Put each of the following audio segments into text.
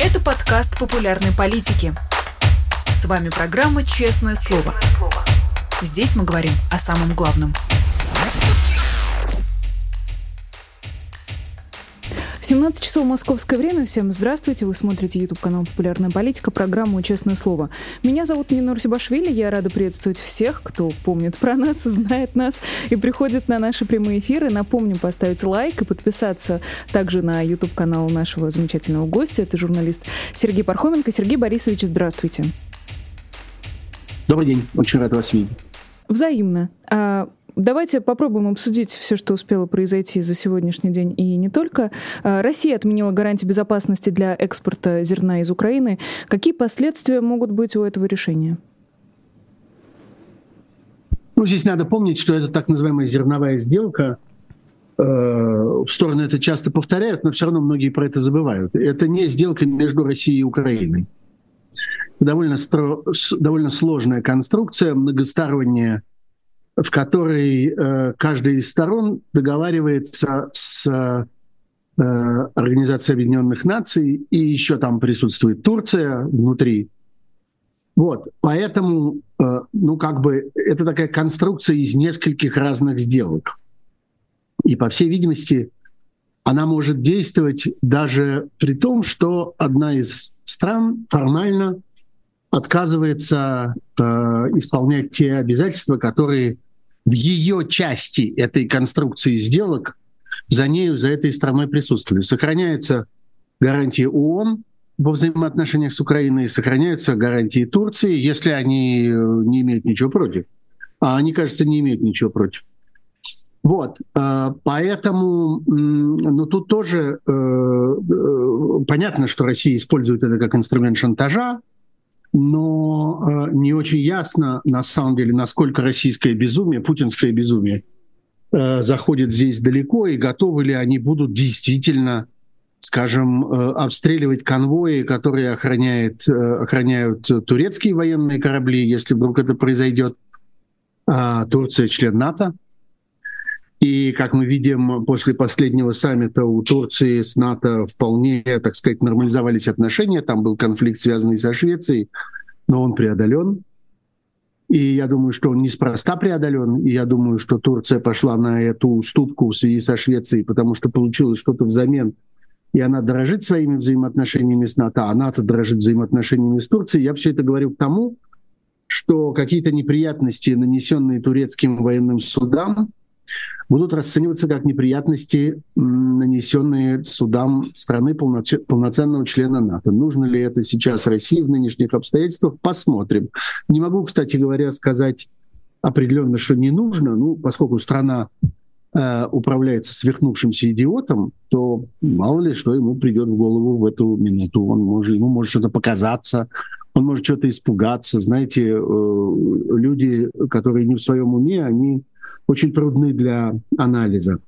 Это подкаст популярной политики. С вами программа «Честное слово». Здесь мы говорим о самом главном. 17 часов московское время. Всем здравствуйте. Вы смотрите YouTube-канал «Популярная политика», программу «Честное слово». Меня зовут Нинур Сибашвили. Я рада приветствовать всех, кто помнит про нас, знает нас и приходит на наши прямые эфиры. Напомню, поставить лайк и подписаться также на YouTube-канал нашего замечательного гостя. Это журналист Сергей Пархоменко. Сергей Борисович, здравствуйте. Добрый день. Очень рад вас видеть. Взаимно. Давайте попробуем обсудить все, что успело произойти за сегодняшний день и не только. Россия отменила гарантии безопасности для экспорта зерна из Украины. Какие последствия могут быть у этого решения? Здесь надо помнить, что это так называемая зерновая сделка. В сторону это часто повторяют, но все равно многие про это забывают. Это не сделка между Россией и Украиной. Это довольно сложная конструкция, многосторонняя, в которой каждая из сторон договаривается с Организацией Объединенных Наций, и еще там присутствует Турция внутри. Поэтому, это такая конструкция из нескольких разных сделок. И, по всей видимости, она может действовать даже при том, что одна из стран формально отказывается исполнять те обязательства, которые в ее части этой конструкции сделок за этой страной присутствовали. Сохраняются гарантии ООН во взаимоотношениях с Украиной, сохраняются гарантии Турции, если они не имеют ничего против. А они, кажется, не имеют ничего против. Поэтому, тут тоже понятно, что Россия использует это как инструмент шантажа, но не очень ясно, на самом деле, насколько российское безумие, путинское безумие заходит здесь далеко, и готовы ли они будут действительно, скажем, обстреливать конвои, которые охраняют турецкие военные корабли, если вдруг это произойдет. Турция член НАТО. И, как мы видим, после последнего саммита у Турции с НАТО вполне, так сказать, нормализовались отношения. Там был конфликт, связанный со Швецией, но он преодолен. И я думаю, что он неспроста преодолен. И я думаю, что Турция пошла на эту уступку в связи со Швецией, потому что получилось что-то взамен. И она дорожит своими взаимоотношениями с НАТО, а НАТО дорожит взаимоотношениями с Турцией. Я все это говорю к тому, что какие-то неприятности, нанесенные турецким военным судам, будут расцениваться как неприятности, нанесенные судам страны полноценного члена НАТО. Нужно ли это сейчас России в нынешних обстоятельствах? Посмотрим. Не могу, кстати говоря, сказать определенно, что не нужно. Поскольку страна управляется свихнувшимся идиотом, то мало ли что ему придет в голову в эту минуту. Ему может что-то показаться, он может что-то испугаться. Знаете, люди, которые не в своем уме, они очень трудны для анализа.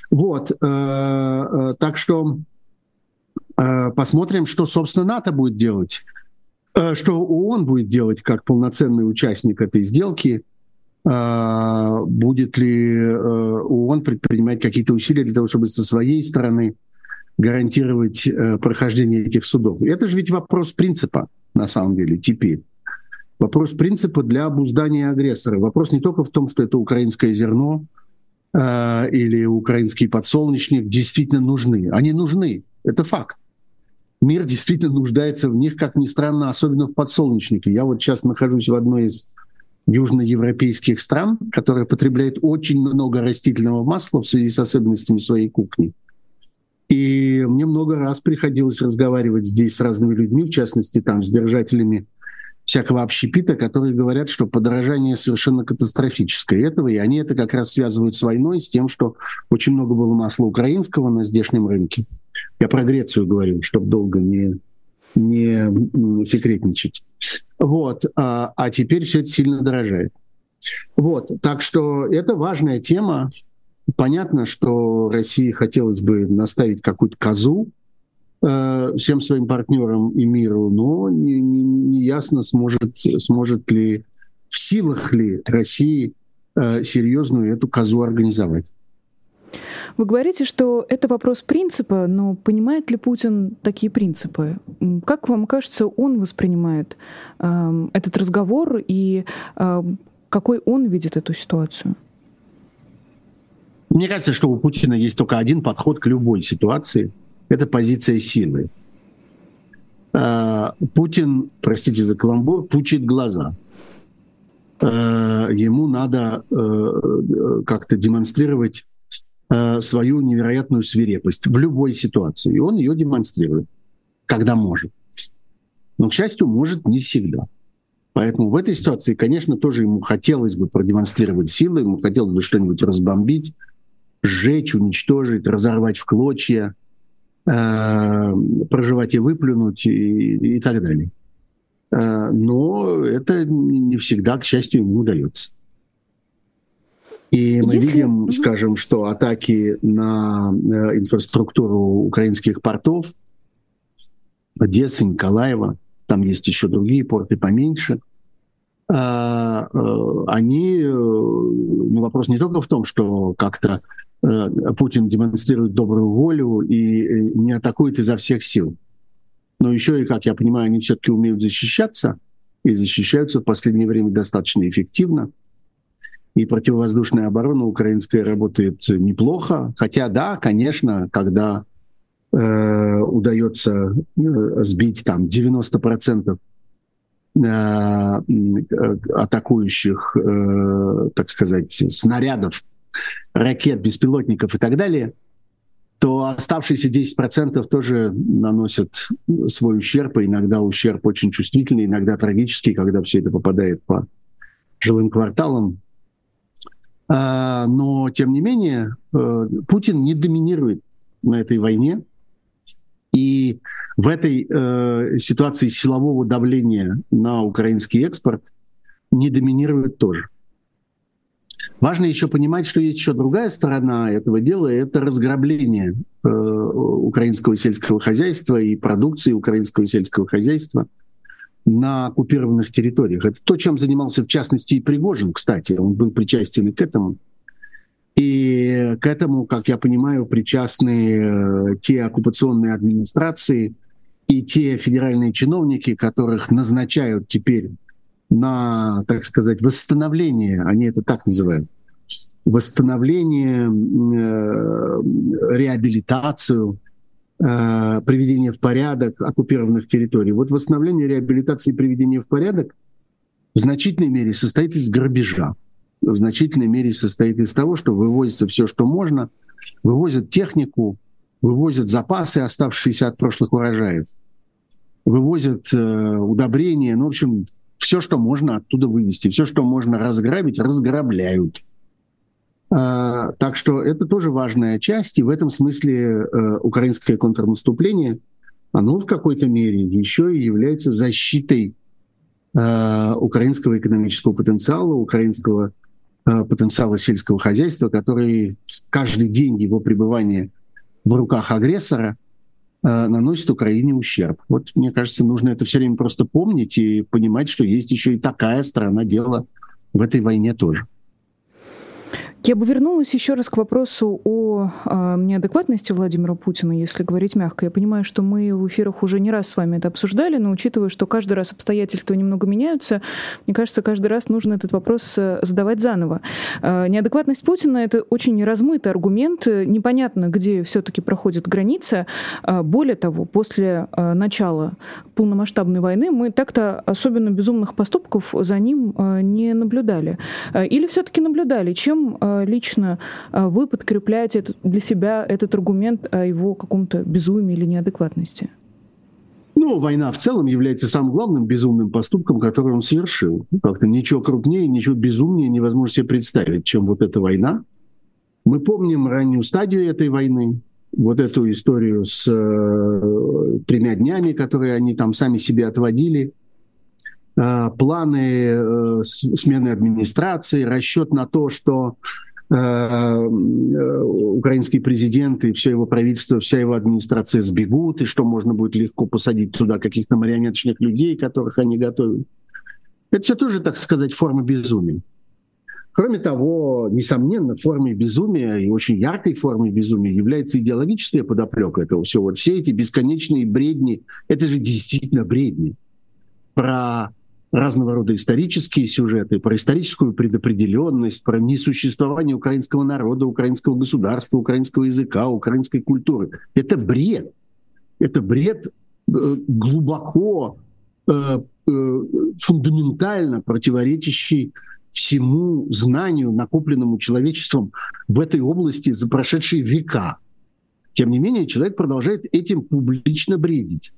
Так что посмотрим, что, собственно, НАТО будет делать, что ООН будет делать как полноценный участник этой сделки, будет ли ООН предпринимать какие-то усилия для того, чтобы со своей стороны гарантировать прохождение этих судов. Это же ведь вопрос принципа, на самом деле, теперь. Вопрос принципа для обуздания агрессора. Вопрос не только в том, что это украинское зерно или украинский подсолнечник действительно нужны. Они нужны, это факт. Мир действительно нуждается в них, как ни странно, особенно в подсолнечнике. Я сейчас нахожусь в одной из южноевропейских стран, которая потребляет очень много растительного масла в связи с особенностями своей кухни. И мне много раз приходилось разговаривать здесь с разными людьми, в частности, там, с держателями всякого общепита, которые говорят, что подорожание совершенно катастрофическое и они это как раз связывают с войной, с тем, что очень много было масла украинского на здешнем рынке. Я про Грецию говорю, чтобы долго не секретничать. А теперь все это сильно дорожает. Так что это важная тема. Понятно, что России хотелось бы наставить какую-то козу всем своим партнерам и миру, но не ясно, сможет ли, в силах ли России серьезную эту козу организовать. Вы говорите, что это вопрос принципа, но понимает ли Путин такие принципы? Как вам кажется, он воспринимает этот разговор и какой он видит эту ситуацию? Мне кажется, что у Путина есть только один подход к любой ситуации. Это позиция силы. Путин, простите за каламбур, пучит глаза. Ему надо как-то демонстрировать свою невероятную свирепость в любой ситуации. И он ее демонстрирует, когда может. Но, к счастью, может не всегда. Поэтому в этой ситуации, конечно, тоже ему хотелось бы продемонстрировать силы, ему хотелось бы что-нибудь разбомбить, сжечь, уничтожить, разорвать в клочья, прожевать и выплюнуть и так далее. Но это не всегда, к счастью, ему удается. И мы видим, скажем, что атаки на инфраструктуру украинских портов, Одессы, Николаева, там есть еще другие порты поменьше, они, вопрос не только в том, что как-то Путин демонстрирует добрую волю и не атакует изо всех сил, но еще и, как я понимаю, они все-таки умеют защищаться и защищаются в последнее время достаточно эффективно. И противовоздушная оборона украинская работает неплохо. Хотя, да, конечно, когда удается сбить там 90% атакующих, так сказать, снарядов, ракет, беспилотников и так далее, то оставшиеся 10% тоже наносят свой ущерб, и иногда ущерб очень чувствительный, иногда трагический, когда все это попадает по жилым кварталам. Но, тем не менее, Путин не доминирует на этой войне. И в этой ситуации силового давления на украинский экспорт не доминирует тоже. Важно еще понимать, что есть еще другая сторона этого дела, это разграбление украинского сельского хозяйства и продукции украинского сельского хозяйства на оккупированных территориях. Это то, чем занимался в частности и Пригожин, кстати, он был причастен и к этому. И к этому, как я понимаю, причастны те оккупационные администрации и те федеральные чиновники, которых назначают теперь на, так сказать, восстановление, они это так называют, восстановление, реабилитацию, приведение в порядок оккупированных территорий. Вот восстановление, реабилитация и приведение в порядок в значительной мере состоит из грабежа, в значительной мере состоит из того, что вывозится все, что можно, вывозят технику, вывозят запасы, оставшиеся от прошлых урожаев, вывозят удобрения, в общем, все, что можно оттуда вывезти, все, что можно разграбить, разграбляют. Так что это тоже важная часть, и в этом смысле украинское контрнаступление, оно в какой-то мере еще и является защитой украинского экономического потенциала, украинского потенциала сельского хозяйства, который каждый день его пребывания в руках агрессора наносит Украине ущерб. Вот, мне кажется, нужно это все время просто помнить и понимать, что есть еще и такая сторона дела в этой войне тоже. Я бы вернулась еще раз к вопросу о неадекватности Владимира Путина, если говорить мягко. Я понимаю, что мы в эфирах уже не раз с вами это обсуждали, но учитывая, что каждый раз обстоятельства немного меняются, мне кажется, каждый раз нужно этот вопрос задавать заново. Неадекватность Путина — это очень размытый аргумент, непонятно, где все-таки проходит граница. Более того, после начала полномасштабной войны мы так-то особенно безумных поступков за ним не наблюдали. Или все-таки наблюдали? Чем лично вы подкрепляете для себя этот аргумент о его каком-то безумии или неадекватности? Война в целом является самым главным безумным поступком, который он совершил. Как-то ничего крупнее, ничего безумнее невозможно себе представить, чем вот эта война. Мы помним раннюю стадию этой войны, вот эту историю с 3 днями, которые они там сами себе отводили, планы смены администрации, расчет на то, что украинский президент и все его правительство, вся его администрация сбегут, и что можно будет легко посадить туда каких-то марионеточных людей, которых они готовят. Это все тоже, так сказать, форма безумия. Кроме того, несомненно, формой безумия и очень яркой формой безумия является идеологическая подоплека этого всего. Вот все эти бесконечные бредни, это же действительно бредни про разного рода исторические сюжеты, про историческую предопределенность, про несуществование украинского народа, украинского государства, украинского языка, украинской культуры. Это бред. Это бред глубоко, фундаментально противоречащий всему знанию, накопленному человечеством в этой области за прошедшие века. Тем не менее, человек продолжает этим публично бредить.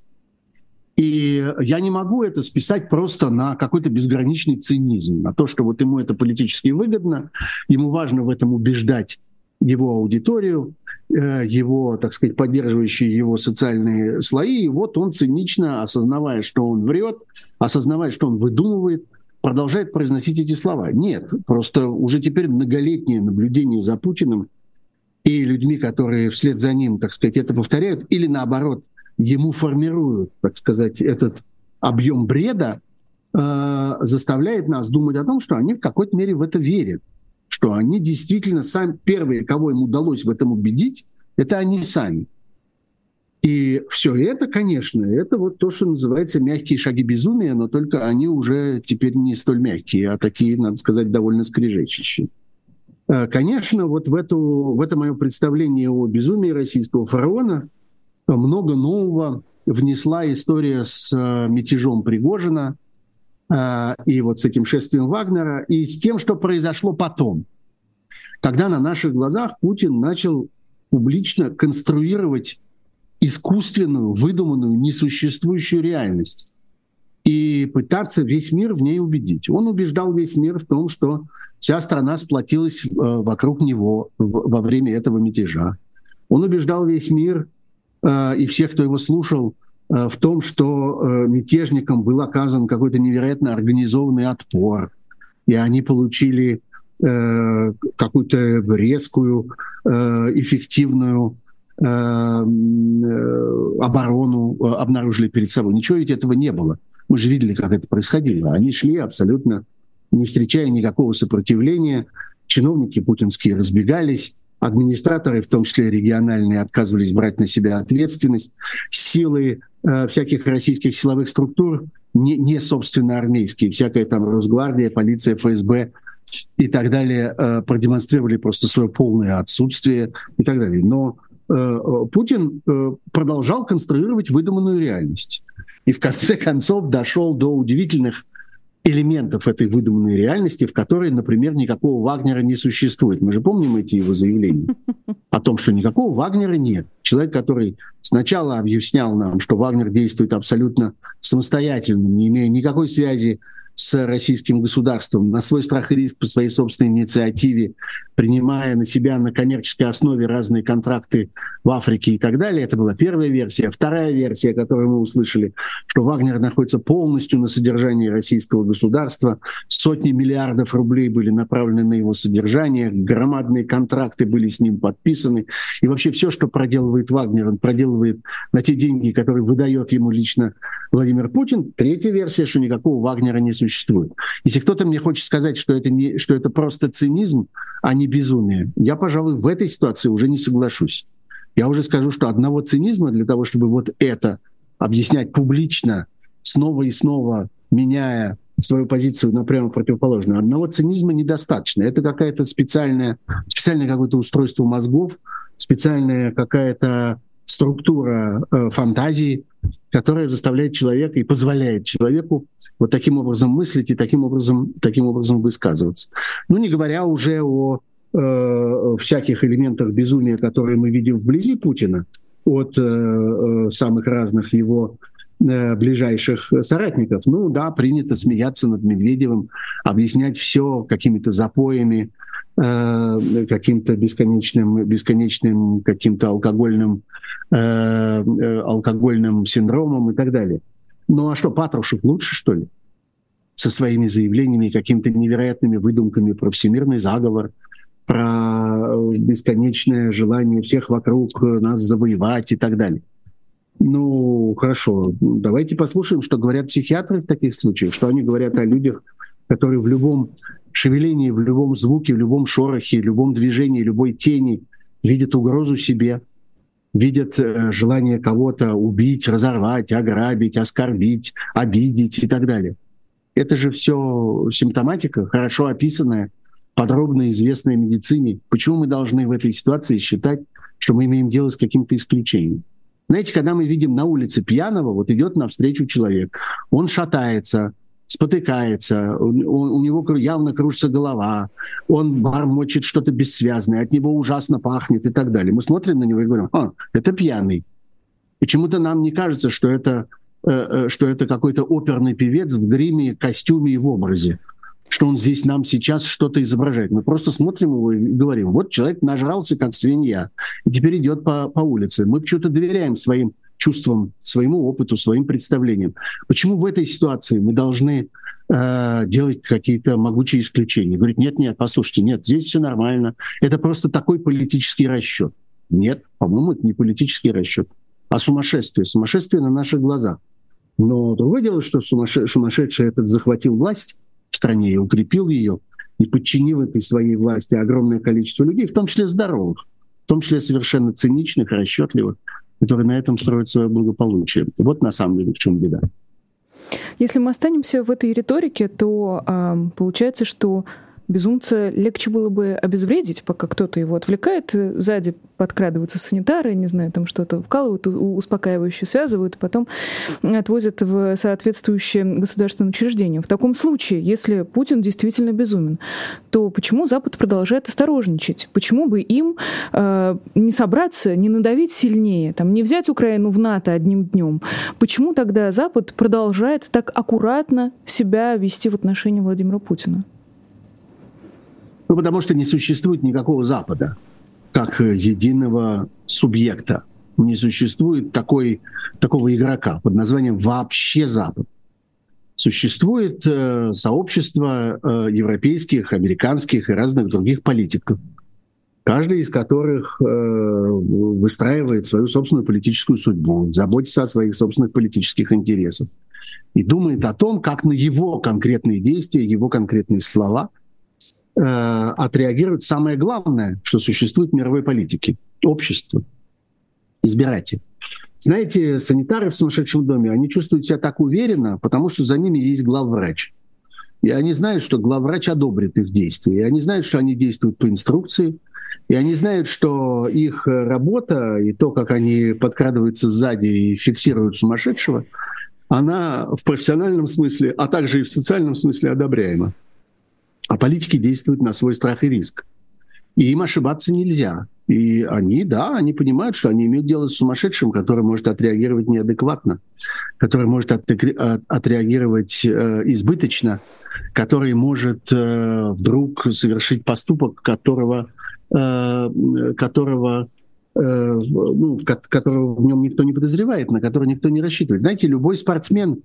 И я не могу это списать просто на какой-то безграничный цинизм, на то, что вот ему это политически выгодно, ему важно в этом убеждать его аудиторию, его, так сказать, поддерживающие его социальные слои, и вот он цинично, осознавая, что он врет, осознавая, что он выдумывает, продолжает произносить эти слова. Нет, просто уже теперь многолетнее наблюдение за Путиным и людьми, которые вслед за ним, так сказать, это повторяют, или наоборот, ему формируют, так сказать, этот объем бреда, заставляет нас думать о том, что они в какой-то мере в это верят, что они действительно сами, первые, кого им удалось в этом убедить, это они сами. И все это, конечно, это вот то, что называется мягкие шаги безумия, но только они уже теперь не столь мягкие, а такие, надо сказать, довольно скрежещущие. Конечно, вот в это мое представление о безумии российского фараона много нового внесла история с мятежом Пригожина и вот с этим шествием Вагнера, и с тем, что произошло потом, когда на наших глазах Путин начал публично конструировать искусственную, выдуманную, несуществующую реальность и пытаться весь мир в ней убедить. Он убеждал весь мир в том, что вся страна сплотилась вокруг него во время этого мятежа. Он убеждал весь мир и всех, кто его слушал, в том, что мятежникам был оказан какой-то невероятно организованный отпор, и они получили какую-то резкую, эффективную оборону, обнаружили перед собой. Ничего ведь этого не было. Мы же видели, как это происходило. Они шли абсолютно не встречая никакого сопротивления. Чиновники путинские разбегались, администраторы, в том числе региональные, отказывались брать на себя ответственность. Силы всяких российских силовых структур, не собственно армейские, всякая там Росгвардия, полиция, ФСБ и так далее, продемонстрировали просто свое полное отсутствие и так далее. Но Путин продолжал конструировать выдуманную реальность. И в конце концов дошел до удивительных элементов этой выдуманной реальности, в которой, например, никакого Вагнера не существует. Мы же помним эти его заявления о том, что никакого Вагнера нет. Человек, который сначала объяснял нам, что Вагнер действует абсолютно самостоятельно, не имея никакой связи с российским государством, на свой страх и риск по своей собственной инициативе, принимая на себя на коммерческой основе разные контракты в Африке и так далее. Это была первая версия. Вторая версия, которую мы услышали, что Вагнер находится полностью на содержании российского государства. Сотни миллиардов рублей были направлены на его содержание, громадные контракты были с ним подписаны. И вообще все, что проделывает Вагнер, он проделывает на те деньги, которые выдает ему лично Владимир Путин. Третья версия, что никакого Вагнера не существует. Если кто-то мне хочет сказать, что это просто цинизм, а не безумие, я, пожалуй, в этой ситуации уже не соглашусь. Я уже скажу, что одного цинизма для того, чтобы вот это объяснять публично, снова и снова меняя свою позицию на прямо противоположную, одного цинизма недостаточно. Это какое-то специальное какое-то устройство мозгов, специальная какая-то структура фантазии, которая заставляет человека и позволяет человеку вот таким образом мыслить и таким образом высказываться. Ну, не говоря уже о всяких элементах безумия, которые мы видим вблизи Путина, от самых разных его ближайших соратников. Ну да, принято смеяться над Медведевым, объяснять все какими-то запоями, каким-то бесконечным каким-то алкогольным синдромом и так далее. Ну а что, Патрушев лучше, что ли? Со своими заявлениями, какими-то невероятными выдумками про всемирный заговор, про бесконечное желание всех вокруг нас завоевать и так далее. Ну, хорошо, давайте послушаем, что говорят психиатры в таких случаях, что они говорят о людях, которые в любом шевелении, в любом звуке, в любом шорохе, в любом движении, любой тени видят угрозу себе, видят желание кого-то убить, разорвать, ограбить, оскорбить, обидеть и так далее. Это же все симптоматика, хорошо описанная, подробно известная медицине. Почему мы должны в этой ситуации считать, что мы имеем дело с каким-то исключением? Знаете, когда мы видим на улице пьяного, вот идет навстречу человек, он шатается, спотыкается, у него явно кружится голова, он бормочет что-то бессвязное, от него ужасно пахнет и так далее. Мы смотрим на него и говорим: это пьяный. Почему-то нам не кажется, что это какой-то оперный певец в гриме, костюме и в образе, что он здесь нам сейчас что-то изображает. Мы просто смотрим его и говорим: вот человек нажрался, как свинья, и теперь идет по улице. Мы почему-то доверяем своим чувствам, своему опыту, своим представлениям. Почему в этой ситуации мы должны делать какие-то могучие исключения? Говорить: нет, послушайте, нет, здесь все нормально. Это просто такой политический расчет. Нет, по-моему, это не политический расчет, а сумасшествие. Сумасшествие на наших глазах. Но другое дело, что сумасшедший этот захватил власть в стране и укрепил ее, и подчинил этой своей власти огромное количество людей, в том числе здоровых, в том числе совершенно циничных, расчетливых, которые на этом строят свое благополучие. Вот на самом деле в чем беда. Если мы останемся в этой риторике, то получается, что безумца легче было бы обезвредить, пока кто-то его отвлекает. Сзади подкрадываются санитары, не знаю, там что-то вкалывают, успокаивающе связывают, и потом отвозят в соответствующее государственное учреждение. В таком случае, если Путин действительно безумен, то почему Запад продолжает осторожничать? Почему бы им не собраться, не надавить сильнее, там, не взять Украину в НАТО одним днем? Почему тогда Запад продолжает так аккуратно себя вести в отношении Владимира Путина? Ну, потому что не существует никакого Запада как единого субъекта. Не существует такого игрока под названием вообще Запад. Существует сообщество европейских, американских и разных других политиков, каждый из которых выстраивает свою собственную политическую судьбу, заботится о своих собственных политических интересах и думает о том, как на его конкретные действия, его конкретные слова отреагирует самое главное, что существует в мировой политике – общество, избиратели. Знаете, санитары в сумасшедшем доме, они чувствуют себя так уверенно, потому что за ними есть главврач. И они знают, что главврач одобрит их действия. И они знают, что они действуют по инструкции. И они знают, что их работа и то, как они подкрадываются сзади и фиксируют сумасшедшего, она в профессиональном смысле, а также и в социальном смысле одобряема. А политики действуют на свой страх и риск. И им ошибаться нельзя. И они понимают, что они имеют дело с сумасшедшим, который может отреагировать неадекватно, который может отреагировать избыточно, который может вдруг совершить поступок, которого в нем никто не подозревает, на который никто не рассчитывает. Знаете, любой спортсмен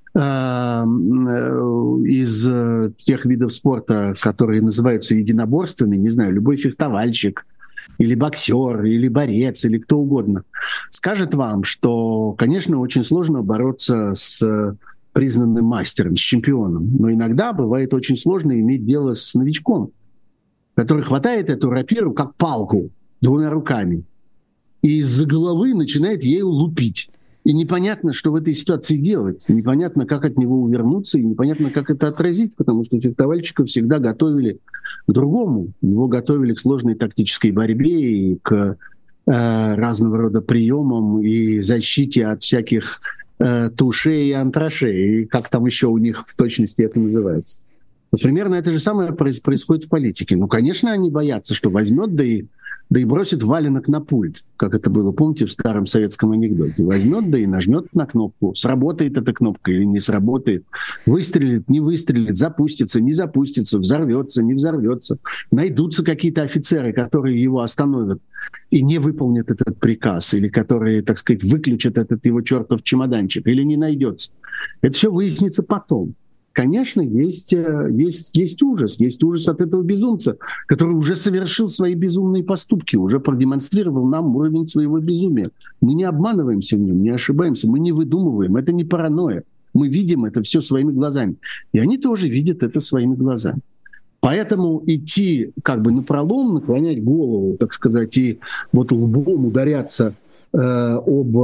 из тех видов спорта, которые называются единоборствами, не знаю, любой фехтовальщик или боксер, или борец, или кто угодно, скажет вам, что, конечно, очень сложно бороться с признанным мастером, с чемпионом, но иногда бывает очень сложно иметь дело с новичком, который хватает эту рапиру как палку двумя руками и из-за головы начинает ею лупить. И непонятно, что в этой ситуации делать. Непонятно, как от него увернуться, и непонятно, как это отразить, потому что фехтовальщика всегда готовили к другому. Его готовили к сложной тактической борьбе и к разного рода приемам и защите от всяких тушей и антрошей, и как там еще у них в точности это называется. Вот примерно это же самое происходит в политике. Ну, конечно, они боятся, что возьмет, да и бросит валенок на пульт, как это было, помните, в старом советском анекдоте. Возьмет, да и нажмет на кнопку. Сработает эта кнопка или не сработает. Выстрелит, не выстрелит, запустится, не запустится, взорвется, не взорвется. Найдутся какие-то офицеры, которые его остановят и не выполнят этот приказ, или которые, так сказать, выключат этот его чертов чемоданчик, или не найдется. Это все выяснится потом. Конечно, есть ужас от этого безумца, который уже совершил свои безумные поступки, уже продемонстрировал нам уровень своего безумия. Мы не обманываемся в нем, не ошибаемся, мы не выдумываем, это не паранойя. Мы видим это все своими глазами. И они тоже видят это своими глазами. Поэтому идти как бы напролом, наклонять голову, так сказать, и вот лбом ударяться об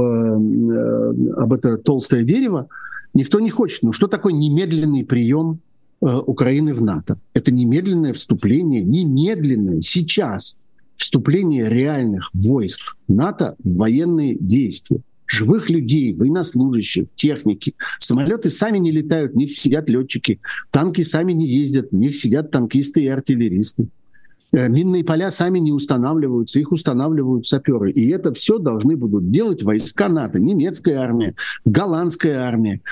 это толстое дерево никто не хочет. Ну что такое немедленный прием Украины в НАТО? Это немедленное вступление, немедленное, сейчас вступление реальных войск НАТО в военные действия. Живых людей, военнослужащих, техники. Самолеты сами не летают, в них сидят летчики. Танки сами не ездят, в них сидят танкисты и артиллеристы. Минные поля сами не устанавливаются, их устанавливают саперы. И это все должны будут делать войска НАТО. Немецкая армия, голландская армия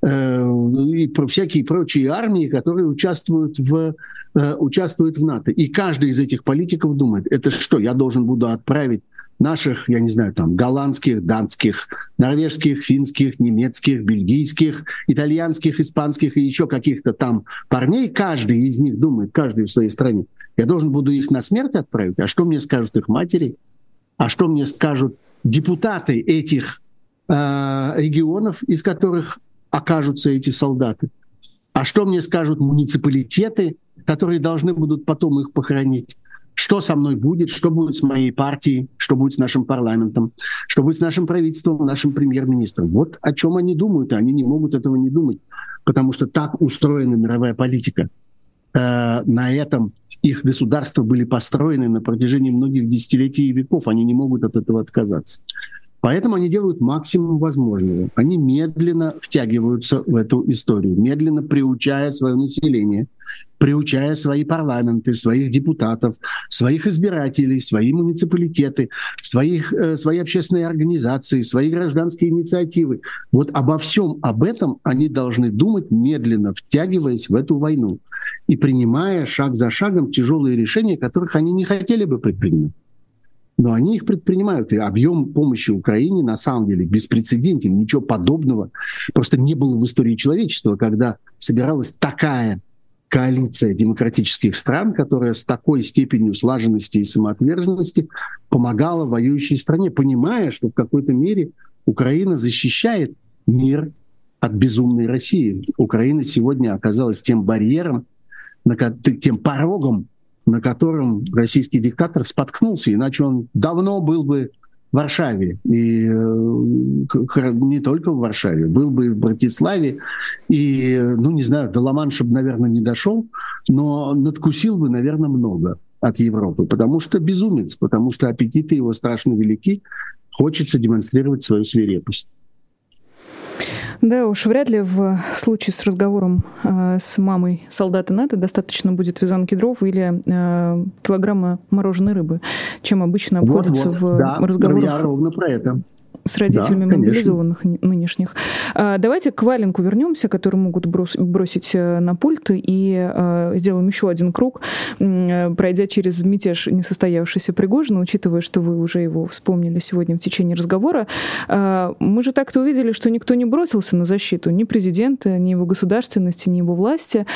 и всякие прочие армии, которые участвуют в НАТО. И каждый из этих политиков думает, это что, я должен буду отправить наших, я не знаю, там, голландских, датских, норвежских, финских, немецких, бельгийских, итальянских, испанских и еще каких-то там парней, каждый из них думает, каждый в своей стране, я должен буду их на смерть отправить? А что мне скажут их матери? А что мне скажут депутаты этих регионов, из которых окажутся эти солдаты? А что мне скажут муниципалитеты, которые должны будут потом их похоронить? Что со мной будет, что будет с моей партией, что будет с нашим парламентом, что будет с нашим правительством, нашим премьер-министром. Вот о чем они думают, и они не могут этого не думать, потому что так устроена мировая политика. На этом их государства были построены на протяжении многих десятилетий и веков, они не могут от этого отказаться. Поэтому они делают максимум возможного. Они медленно втягиваются в эту историю, медленно приучая свое население, приучая свои парламенты, своих депутатов, своих избирателей, свои муниципалитеты, свои общественные организации, свои гражданские инициативы. Вот обо всем об этом они должны думать, медленно втягиваясь в эту войну и принимая шаг за шагом тяжелые решения, которых они не хотели бы предпринимать. Но они их предпринимают. И объем помощи Украине на самом деле беспрецедентен. Ничего подобного просто не было в истории человечества, когда собиралась такая коалиция демократических стран, которая с такой степенью слаженности и самоотверженности помогала воюющей стране, понимая, что в какой-то мере Украина защищает мир от безумной России. Украина сегодня оказалась тем барьером, тем порогом, на котором российский диктатор споткнулся, иначе он давно был бы в Варшаве, и не только в Варшаве, был бы и в Братиславе, и, не знаю, до Ла-Манша бы, наверное, не дошел, но надкусил бы, наверное, много от Европы, потому что безумец, потому что аппетиты его страшно велики, хочется демонстрировать свою свирепость. Да уж, вряд ли в случае с разговором с мамой солдата НАТО достаточно будет вязанки дров или килограмма мороженой рыбы, чем обычно обходится в разговорах. Я ровно про это. С родителями мобилизованных нынешних. Давайте к валенку вернемся, который могут бросить на пульт, и сделаем еще один круг, пройдя через мятеж несостоявшийся Пригожина, учитывая, что вы уже его вспомнили сегодня в течение разговора. Мы же так-то увидели, что никто не бросился на защиту ни президента, ни его государственности, ни его власти.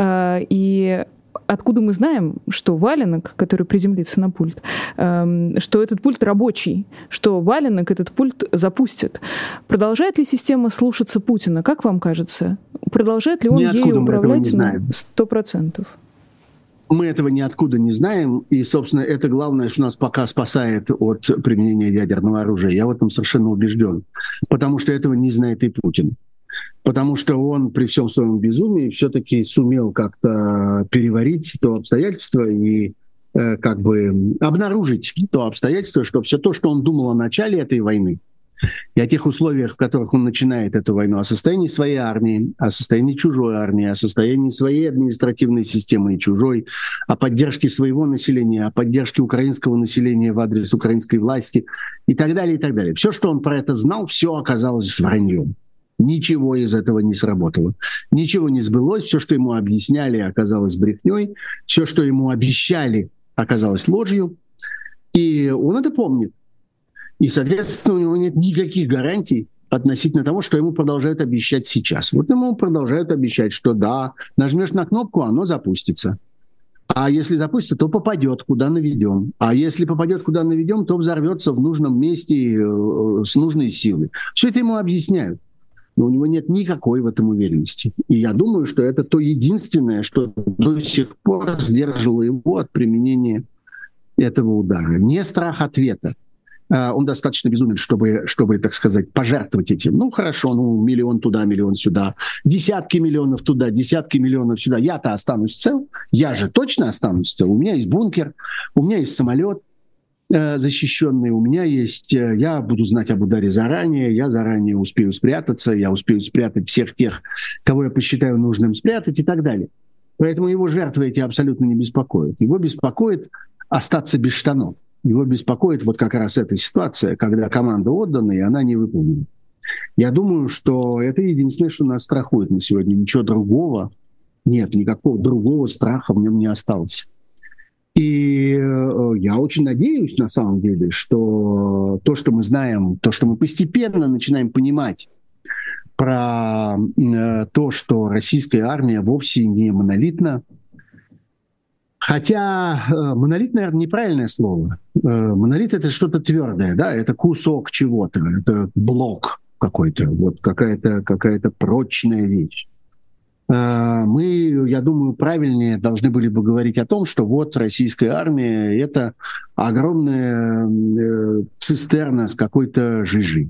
И откуда мы знаем, что валенок, который приземлится на пульт, что этот пульт рабочий, что валенок этот пульт запустит? Продолжает ли система слушаться Путина, как вам кажется? Продолжает ли он ею управлять на 100%? Мы этого ниоткуда не знаем, и, собственно, это главное, что нас пока спасает от применения ядерного оружия. Я в этом совершенно убежден, потому что этого не знает и Путин. Потому что он при всем своем безумии все-таки сумел как-то переварить то обстоятельство и как бы обнаружить то обстоятельство, что все то, что он думал о начале этой войны, и о тех условиях, в которых он начинает эту войну, о состоянии своей армии, о состоянии чужой армии, о состоянии своей административной системы и чужой, о поддержке своего населения, о поддержке украинского населения в адрес украинской власти и так далее, и так далее. Все, что он про это знал, все оказалось враньем. Ничего из этого не сработало. Ничего не сбылось. Все, что ему объясняли, оказалось брехней. Все, что ему обещали, оказалось ложью. И он это помнит. И, соответственно, у него нет никаких гарантий относительно того, что ему продолжают обещать сейчас. Вот ему продолжают обещать, что да, нажмешь на кнопку, оно запустится. А если запустится, то попадет, куда наведем. А если попадет, куда наведем, то взорвется в нужном месте с нужной силой. Все это ему объясняют. но у него нет никакой в этом уверенности. И я думаю, что это то единственное, что до сих пор сдерживало его от применения этого удара. Не страх ответа. Он достаточно безумен, чтобы, так сказать, пожертвовать этим. Ну, хорошо, миллион туда, миллион сюда, десятки миллионов туда, десятки миллионов сюда. Я-то останусь цел, я же точно останусь цел. У меня есть бункер, у меня есть самолет защищенный, у меня есть... Я буду знать об ударе заранее, я заранее успею спрятаться, я успею спрятать всех тех, кого я посчитаю нужным спрятать и так далее. Поэтому его жертвы эти абсолютно не беспокоят. Его беспокоит остаться без штанов. Его беспокоит вот как раз эта ситуация, когда команда отдана, и она не выполнена. Я думаю, что это единственное, что нас страхует на сегодня. Ничего другого нет, никакого другого страха в нем не осталось. И я очень надеюсь, на самом деле, что то, что мы знаем, то, что мы постепенно начинаем понимать про то, что российская армия вовсе не монолитна. Хотя монолит, наверное, неправильное слово. Монолит — это что-то твердое, да, это кусок чего-то, это блок какой-то, вот какая-то прочная вещь. Мы, я думаю, правильнее должны были бы говорить о том, что вот российская армия — это огромная цистерна с какой-то жижей.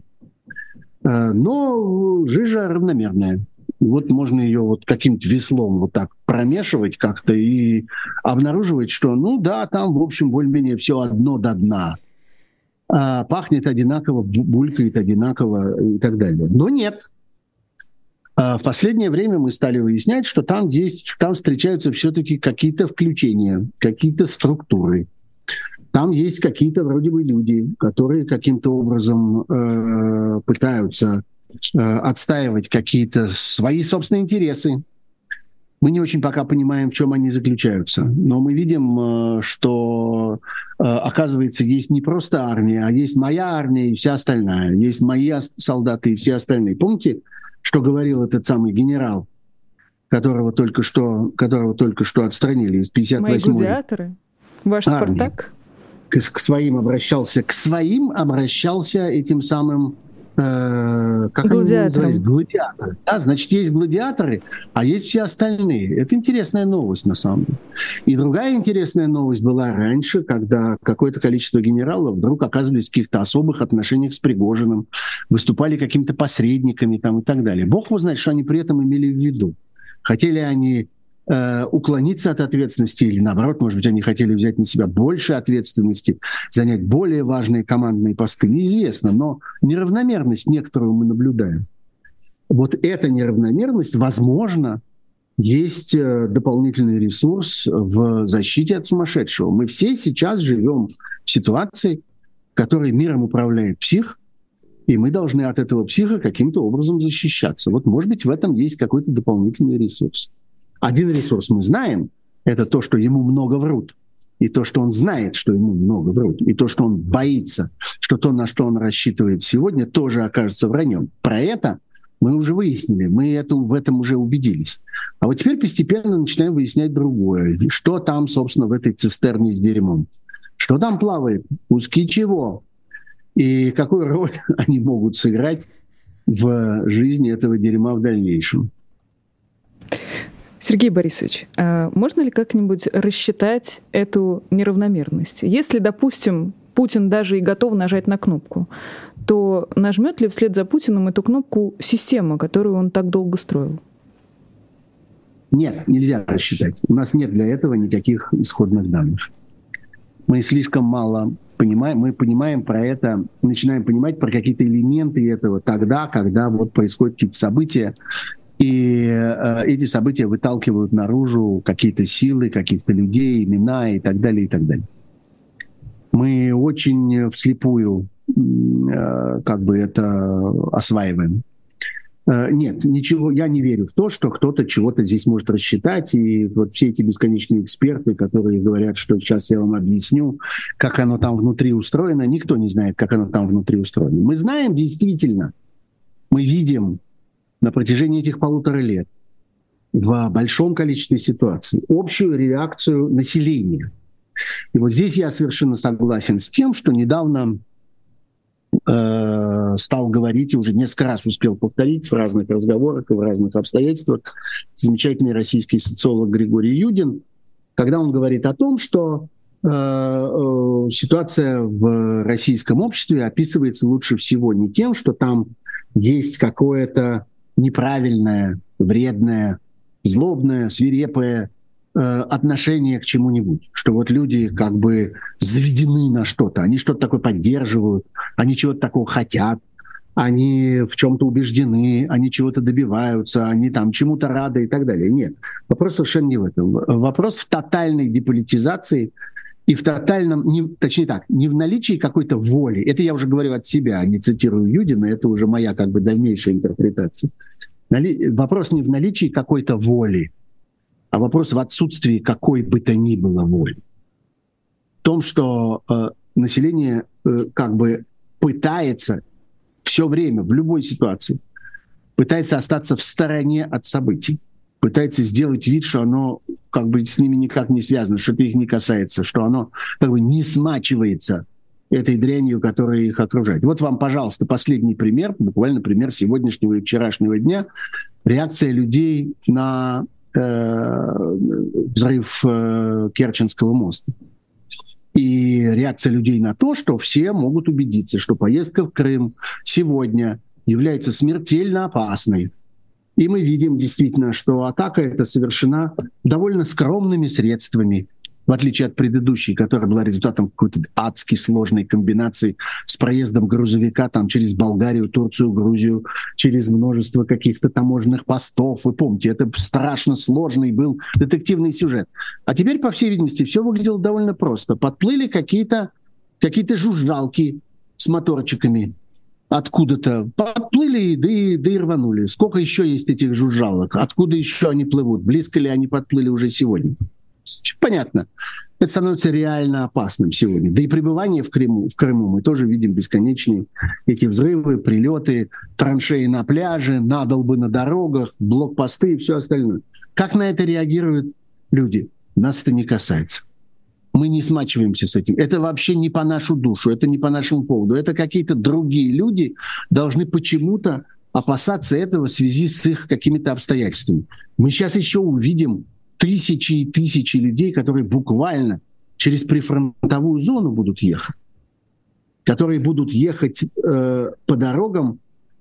Но жижа равномерная. Вот можно ее вот каким-то веслом вот так промешивать как-то и обнаруживать, что, ну да, там, в общем, более-менее все одно до дна. Пахнет одинаково, булькает одинаково и так далее. Но нет. В последнее время мы стали выяснять, что там встречаются все-таки какие-то включения, какие-то структуры. Там есть какие-то вроде бы люди, которые каким-то образом пытаются отстаивать какие-то свои собственные интересы. Мы не очень пока понимаем, в чем они заключаются. Но мы видим, что, оказывается, есть не просто армия, а есть моя армия и вся остальная. Есть мои солдаты и все остальные. Помните, что говорил этот самый генерал, которого только что отстранили из 58-й Мои гладиаторы? Ваш армии. Спартак? К своим обращался этим самым как они назывались? Гладиаторы. Да, значит, есть гладиаторы, а есть все остальные. Это интересная новость, на самом деле. И другая интересная новость была раньше, когда какое-то количество генералов вдруг оказывались в каких-то особых отношениях с Пригожиным, выступали какими-то посредниками там, и так далее. Бог его знает, что они при этом имели в виду. Хотели они уклониться от ответственности или, наоборот, может быть, они хотели взять на себя больше ответственности, занять более важные командные посты, неизвестно, но неравномерность некоторую мы наблюдаем. Вот эта неравномерность, возможно, есть дополнительный ресурс в защите от сумасшедшего. Мы все сейчас живем в ситуации, в которой миром управляет псих, и мы должны от этого психа каким-то образом защищаться. Вот, может быть, в этом есть какой-то дополнительный ресурс. Один ресурс мы знаем, это то, что ему много врут, и то, что он знает, что ему много врут, и то, что он боится, что то, на что он рассчитывает сегодня, тоже окажется враньем. Про это мы уже выяснили, мы в этом уже убедились. А вот теперь постепенно начинаем выяснять другое. Что там, собственно, в этой цистерне с дерьмом? Что там плавает? Куски чего? И какую роль они могут сыграть в жизни этого дерьма в дальнейшем? Сергей Борисович, можно ли как-нибудь рассчитать эту неравномерность? Если, допустим, Путин даже и готов нажать на кнопку, то нажмет ли вслед за Путиным эту кнопку система, которую он так долго строил? Нет, нельзя рассчитать. У нас нет для этого никаких исходных данных. Мы слишком мало понимаем, мы понимаем про это, начинаем понимать про какие-то элементы этого тогда, когда вот происходят какие-то события, и эти события выталкивают наружу какие-то силы, каких-то людей, имена и так далее, и так далее. Мы очень вслепую как бы это осваиваем. Нет, ничего, я не верю в то, что кто-то чего-то здесь может рассчитать, и вот все эти бесконечные эксперты, которые говорят, что сейчас я вам объясню, как оно там внутри устроено, никто не знает, как оно там внутри устроено. Мы знаем действительно, мы видим на протяжении этих 1,5 лет в большом количестве ситуаций общую реакцию населения. И вот здесь я совершенно согласен с тем, что недавно стал говорить и уже несколько раз успел повторить в разных разговорах и в разных обстоятельствах замечательный российский социолог Григорий Юдин, когда он говорит о том, что ситуация в российском обществе описывается лучше всего не тем, что там есть какое-то неправильное, вредное, злобное, свирепое отношение к чему-нибудь, что вот люди как бы заведены на что-то, они что-то такое поддерживают, они чего-то такого хотят, они в чем-то убеждены, они чего-то добиваются, они там чему-то рады и так далее. Нет, вопрос совершенно не в этом. Вопрос в тотальной деполитизации и в тотальном, не в наличии какой-то воли. Это я уже говорю от себя, не цитирую Юдина, это уже моя как бы дальнейшая интерпретация. Вопрос не в наличии какой-то воли, а вопрос в отсутствии какой бы то ни было воли. В том, что население как бы пытается все время, в любой ситуации, пытается остаться в стороне от событий, пытается сделать вид, что оно как бы с ними никак не связано, что это их не касается, что оно как бы не смачивается этой дрянью, которая их окружает. Вот вам, пожалуйста, последний пример, буквально пример сегодняшнего и вчерашнего дня, реакция людей на взрыв Керченского моста. И реакция людей на то, что все могут убедиться, что поездка в Крым сегодня является смертельно опасной. И мы видим действительно, что атака эта совершена довольно скромными средствами, в отличие от предыдущей, которая была результатом какой-то адски сложной комбинации с проездом грузовика там через Болгарию, Турцию, Грузию, через множество каких-то таможенных постов. Вы помните, это страшно сложный был детективный сюжет. А теперь, по всей видимости, все выглядело довольно просто. Подплыли какие-то жужжалки с моторчиками откуда-то. Подплыли, да и рванули. Сколько еще есть этих жужжалок? Откуда еще они плывут? Близко ли они подплыли уже сегодня? Понятно. Это становится реально опасным сегодня. Да и пребывание в Крыму мы тоже видим бесконечные эти взрывы, прилеты, траншеи на пляже, надолбы на дорогах, блокпосты и все остальное. Как на это реагируют люди? Нас это не касается. Мы не смачиваемся с этим. Это вообще не по нашу душу, это не по нашему поводу. Это какие-то другие люди должны почему-то опасаться этого в связи с их какими-то обстоятельствами. Мы сейчас еще увидим тысячи и тысячи людей, которые буквально через прифронтовую зону будут ехать, которые будут ехать по дорогам,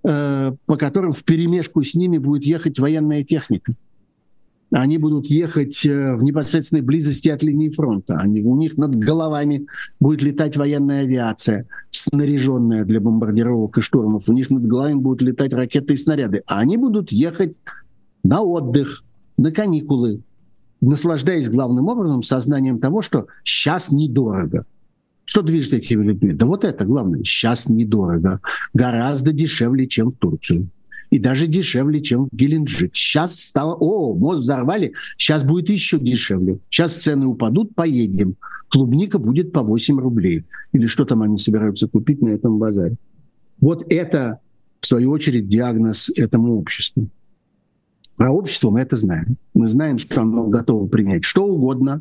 по которым вперемешку с ними будет ехать военная техника. Они будут ехать в непосредственной близости от линии фронта. У них над головами будет летать военная авиация, снаряженная для бомбардировок и штурмов. У них над головами будут летать ракеты и снаряды. А они будут ехать на отдых, на каникулы, наслаждаясь главным образом сознанием того, что сейчас недорого. Что движет этими людьми? Да вот это главное. Сейчас недорого. Гораздо дешевле, чем в Турцию. И даже дешевле, чем в Геленджик. Сейчас стало... мост взорвали, сейчас будет еще дешевле. Сейчас цены упадут, поедем. Клубника будет по 8 рублей. Или что там они собираются купить на этом базаре. Вот это, в свою очередь, диагноз этому обществу. Про общество мы это знаем. Мы знаем, что оно готово принять что угодно.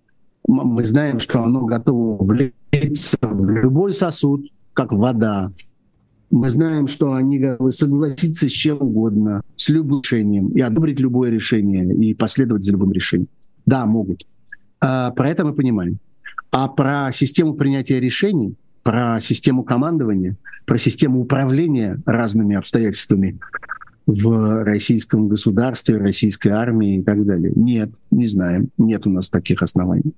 Мы знаем, что оно готово влиться в любой сосуд, как вода. Мы знаем, что они готовы согласиться с чем угодно, с любым решением, и одобрить любое решение, и последовать за любым решением. Да, могут. Про это мы понимаем. А про систему принятия решений, про систему командования, про систему управления разными обстоятельствами в российском государстве, российской армии и так далее. Нет, не знаем. Нет у нас таких оснований.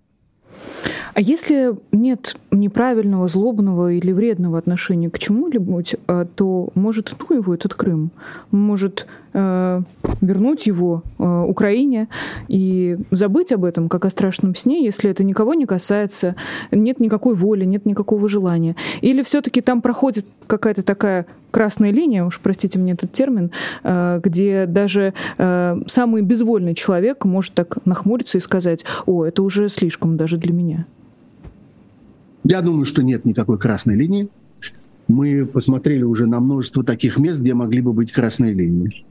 А если нет неправильного, злобного или вредного отношения к чему-либо, то может его этот Крым, может вернуть его Украине и забыть об этом, как о страшном сне, если это никого не касается, нет никакой воли, нет никакого желания. Или все-таки там проходит какая-то такая красная линия, уж простите мне этот термин, где даже самый безвольный человек может так нахмуриться и сказать: это уже слишком даже для меня. Я думаю, что нет никакой красной линии. Мы посмотрели уже на множество таких мест, где могли бы быть красные линии.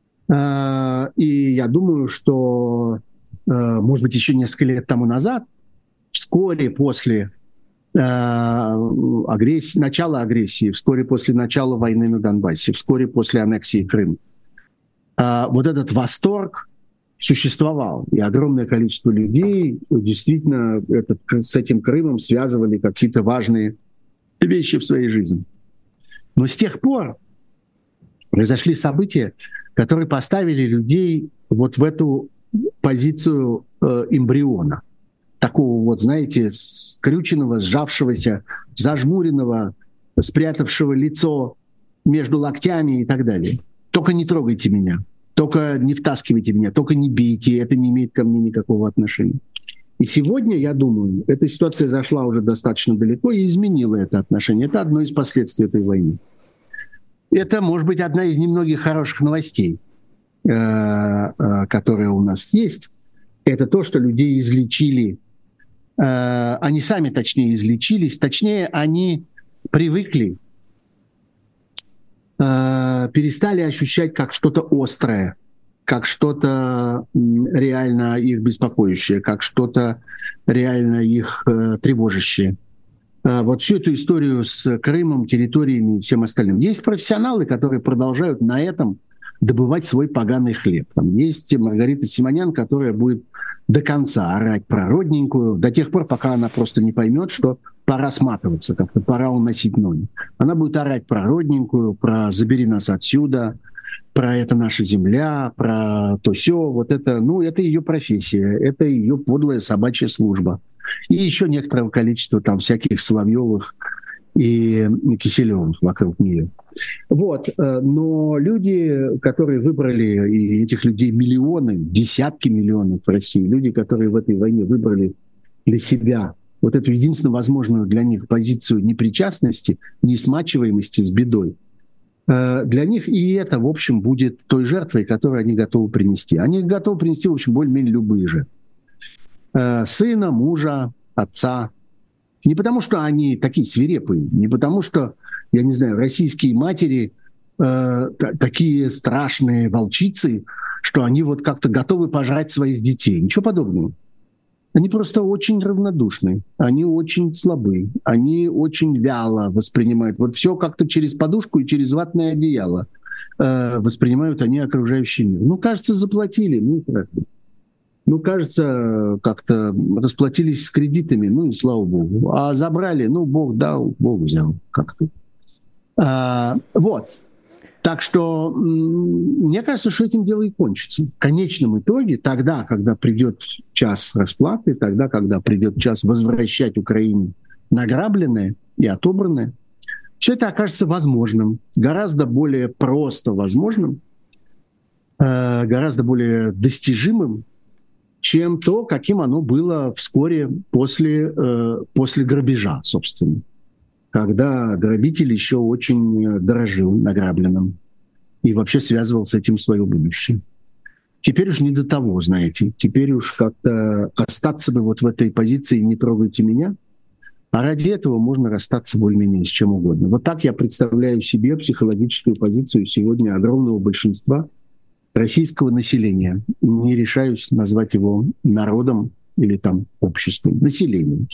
И я думаю, что, может быть, еще несколько лет тому назад, вскоре после начало агрессии, вскоре после начала войны на Донбассе, вскоре после аннексии Крыма. Вот этот восторг существовал, и огромное количество людей действительно с этим Крымом связывали какие-то важные вещи в своей жизни. Но с тех пор произошли события, которые поставили людей вот в эту позицию эмбриона. Такого вот, знаете, скрюченного, сжавшегося, зажмуренного, спрятавшего лицо между локтями и так далее. Только не трогайте меня, только не втаскивайте меня, только не бейте, это не имеет ко мне никакого отношения. И сегодня, я думаю, эта ситуация зашла уже достаточно далеко и изменила это отношение. Это одно из последствий этой войны. Это, может быть, одна из немногих хороших новостей, которые у нас есть. Это то, что людей излечили. Они сами, точнее, излечились. Точнее, они привыкли, перестали ощущать как что-то острое, как что-то реально их беспокоящее, как что-то реально их тревожащее. Вот всю эту историю с Крымом, территориями и всем остальным. Есть профессионалы, которые продолжают на этом добывать свой поганый хлеб. Там есть Маргарита Симонян, которая будет до конца орать про родненькую, до тех пор, пока она просто не поймет, что пора сматываться, как-то пора уносить ноги. Она будет орать про родненькую, про «забери нас отсюда», про «это наша земля», про то-сё. Вот это, это ее профессия, это ее подлая собачья служба. И еще некоторое количество там всяких Соловьевых и Киселевых вокруг нее. Вот. Но люди, которые выбрали, и этих людей миллионы, десятки миллионов в России, люди, которые в этой войне выбрали для себя вот эту единственно возможную для них позицию непричастности, несмачиваемости с бедой, для них и это, в общем, будет той жертвой, которую они готовы принести. Они готовы принести, в общем, более-менее любые жертвы. Сына, мужа, отца. Не потому, что они такие свирепые, не потому, что, я не знаю, российские матери такие страшные волчицы, что они вот как-то готовы пожрать своих детей. Ничего подобного. Они просто очень равнодушны, они очень слабы, они очень вяло воспринимают. Вот все как-то через подушку и через ватное одеяло воспринимают они окружающий мир. Кажется, заплатили, правда. Кажется, как-то расплатились с кредитами, и слава богу. А забрали, Бог дал, Бог взял как-то. Вот. Так что мне кажется, что этим дело и кончится. В конечном итоге, тогда, когда придет час расплаты, тогда, когда придет час возвращать Украине награбленное и отобранное, все это окажется возможным, гораздо более просто возможным, гораздо более достижимым, чем то, каким оно было вскоре после грабежа, собственно. Когда грабитель еще очень дорожил награбленным и вообще связывал с этим свое будущее. Теперь уж не до того, знаете. Теперь уж как-то остаться бы вот в этой позиции «не трогайте меня», а ради этого можно расстаться более-менее с чем угодно. Вот так я представляю себе психологическую позицию сегодня огромного большинства российского населения. Не решаюсь назвать его народом или там обществом, населением.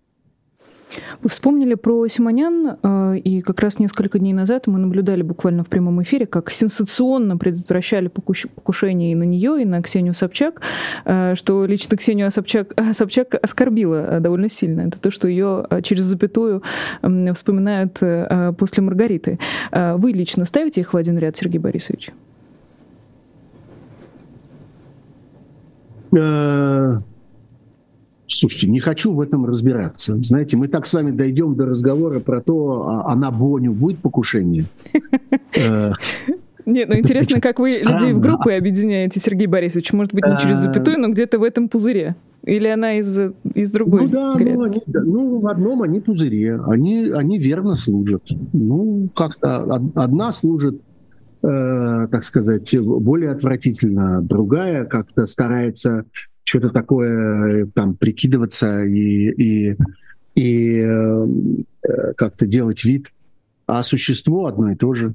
Вы вспомнили про Симонян, и как раз несколько дней назад мы наблюдали буквально в прямом эфире, как сенсационно предотвращали покушение и на нее, и на Ксению Собчак, что лично Ксению Собчак оскорбило довольно сильно. Это то, что ее через запятую вспоминают после Маргариты. Вы лично ставите их в один ряд, Сергей Борисович? Слушайте, не хочу в этом разбираться. Знаете, мы так с вами дойдем до разговора про то, а на Боню будет покушение? Нет, интересно, как вы людей в группы объединяете, Сергей Борисович. Может быть, не через запятую, но где-то в этом пузыре. Или она из другой? В одном они пузыре. Они верно служат. Как-то одна служит, так сказать, более отвратительно, другая как-то старается что-то такое там прикидываться и как-то делать вид, а существо одно и то же.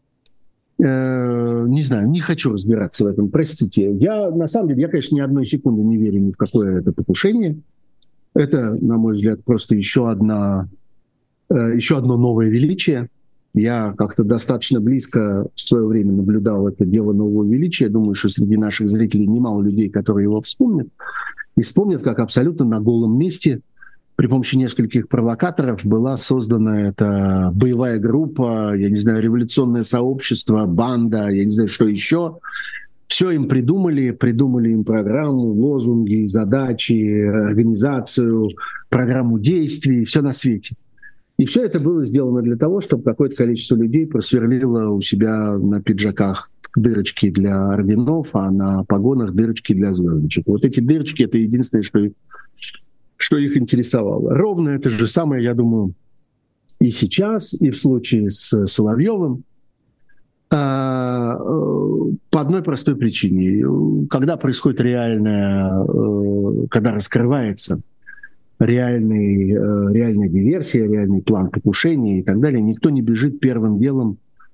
Не знаю, не хочу разбираться в этом, простите. На самом деле, я, конечно, ни одной секунды не верю ни в какое это покушение. Это, на мой взгляд, просто еще одно новое величие. Я как-то достаточно близко в свое время наблюдал это дело нового величия. Я думаю, что среди наших зрителей немало людей, которые его вспомнят. И вспомнят, как абсолютно на голом месте при помощи нескольких провокаторов была создана эта боевая группа, я не знаю, революционное сообщество, банда, я не знаю, что еще. Все им придумали им программу, лозунги, задачи, организацию, программу действий, все на свете. И все это было сделано для того, чтобы какое-то количество людей просверлило у себя на пиджаках дырочки для орденов, а на погонах дырочки для звездочек. Вот эти дырочки — это единственное, что их интересовало. Ровно это же самое, я думаю, и сейчас, и в случае с Соловьевым. По одной простой причине. Когда происходит когда раскрывается реальная диверсия, реальный план покушения и так далее, никто не бежит первым делом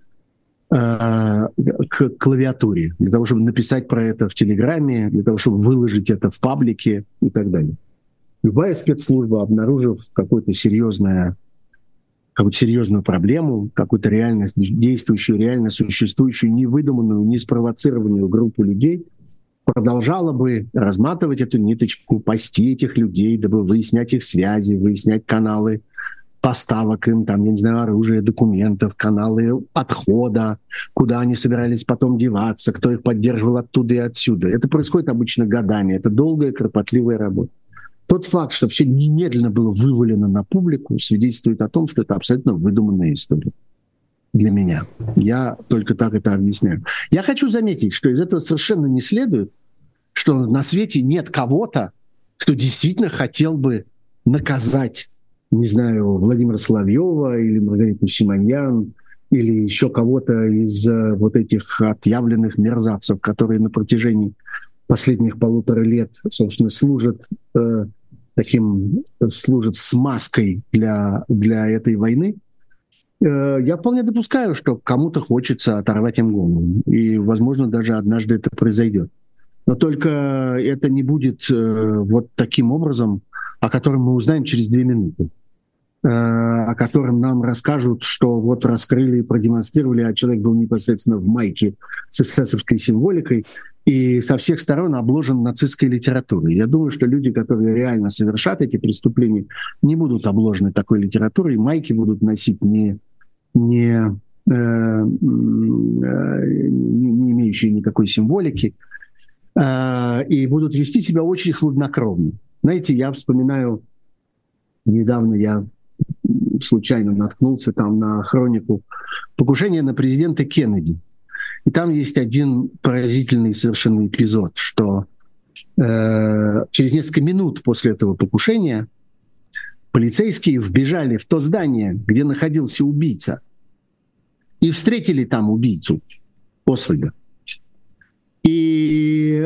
к клавиатуре для того, чтобы написать про это в Телеграме, для того, чтобы выложить это в паблике и так далее. Любая спецслужба, обнаружив какую-то серьезную проблему, какую-то реально действующую, реально существующую, невыдуманную, не спровоцированную группу людей, продолжала бы разматывать эту ниточку, пасти этих людей, дабы выяснять их связи, выяснять каналы поставок им, там, я не знаю, оружия, документов, каналы отхода, куда они собирались потом деваться, кто их поддерживал оттуда и отсюда. Это происходит обычно годами. Это долгая, кропотливая работа. Тот факт, что все немедленно было вывалено на публику, свидетельствует о том, что это абсолютно выдуманная история для меня. Я только так это объясняю. Я хочу заметить, что из этого совершенно не следует, что на свете нет кого-то, кто действительно хотел бы наказать, не знаю, Владимира Соловьева или Маргариту Симоньян или еще кого-то из вот этих отъявленных мерзавцев, которые на протяжении последних 1,5 лет, собственно, служат смазкой для этой войны. Я вполне допускаю, что кому-то хочется оторвать им голову. И, возможно, даже однажды это произойдет. Но только это не будет вот таким образом, о котором мы узнаем через 2 минуты. О котором нам расскажут, что вот раскрыли и продемонстрировали, а человек был непосредственно в майке с эсэсовской символикой и со всех сторон обложен нацистской литературой. Я думаю, что люди, которые реально совершат эти преступления, не будут обложены такой литературой, и майки будут носить не имеющие никакой символики, и будут вести себя очень хладнокровно. Знаете, я вспоминаю, недавно я случайно наткнулся там на хронику покушения на президента Кеннеди. И там есть один поразительный совершенно эпизод, что через несколько минут после этого покушения полицейские вбежали в то здание, где находился убийца, и встретили там убийцу Освальда. И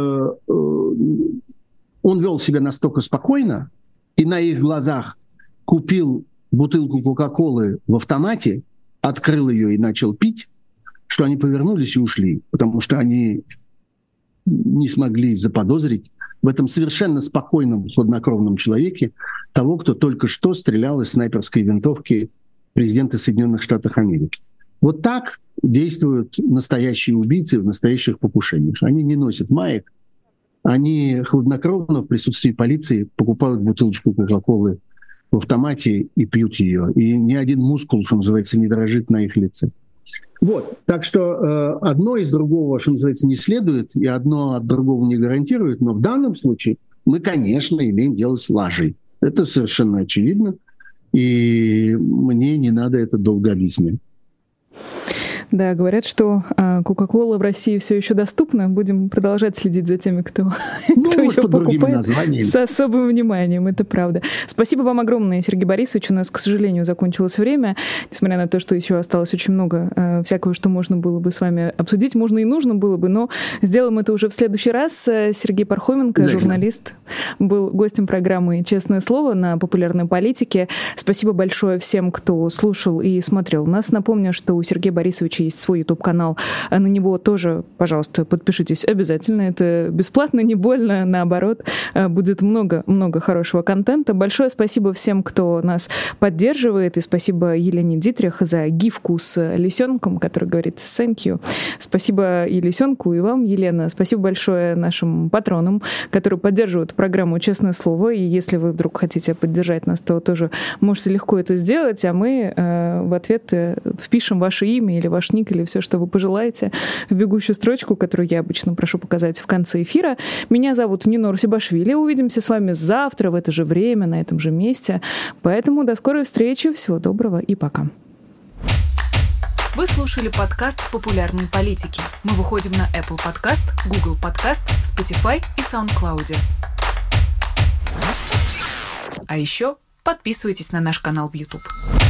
он вел себя настолько спокойно, и на их глазах купил бутылку Кока-Колы в автомате, открыл ее и начал пить, что они повернулись и ушли, потому что они не смогли заподозрить в этом совершенно спокойном, хладнокровном человеке того, кто только что стрелял из снайперской винтовки президента Соединенных Штатов Америки. Вот так действуют настоящие убийцы в настоящих покушениях. Они не носят маек, они хладнокровно в присутствии полиции покупают бутылочку Кока-Колы в автомате и пьют ее. И ни один мускул, что называется, не дрожит на их лице. Вот. Так что одно из другого, что называется, не следует, и одно от другого не гарантирует. Но в данном случае мы, конечно, имеем дело с лажей. Это совершенно очевидно. И мне не надо это долго объяснять. Да, говорят, что Кока-Кола в России все еще доступна. Будем продолжать следить за теми, кто ее покупает с особым вниманием. Это правда. Спасибо вам огромное, Сергей Борисович. У нас, к сожалению, закончилось время. Несмотря на то, что еще осталось очень много всякого, что можно было бы с вами обсудить. Можно и нужно было бы, но сделаем это уже в следующий раз. Сергей Пархоменко, журналист, был гостем программы «Честное слово» на Популярной политике. Спасибо большое всем, кто слушал и смотрел нас. Напомню, что у Сергея Борисовича Ивановича есть свой YouTube-канал. На него тоже, пожалуйста, подпишитесь обязательно. Это бесплатно, не больно, наоборот. Будет много хорошего контента. Большое спасибо всем, кто нас поддерживает. И спасибо Елене Дитрих за гифку с лисенком, который говорит «thank you». Спасибо и лисенку, и вам, Елена. Спасибо большое нашим патронам, которые поддерживают программу «Честное слово». И если вы вдруг хотите поддержать нас, то тоже можете легко это сделать, а мы в ответ впишем ваше имя или ваш ник, или все, что вы пожелаете, в бегущую строчку, которую я обычно прошу показать в конце эфира. Меня зовут Нина Русибашвили. Увидимся с вами завтра в это же время, на этом же месте. Поэтому до скорой встречи. Всего доброго и пока. Вы слушали подкаст «Популярные политики». Мы выходим на Apple Podcast, Google Podcast, Spotify и SoundCloud. А еще подписывайтесь на наш канал в YouTube.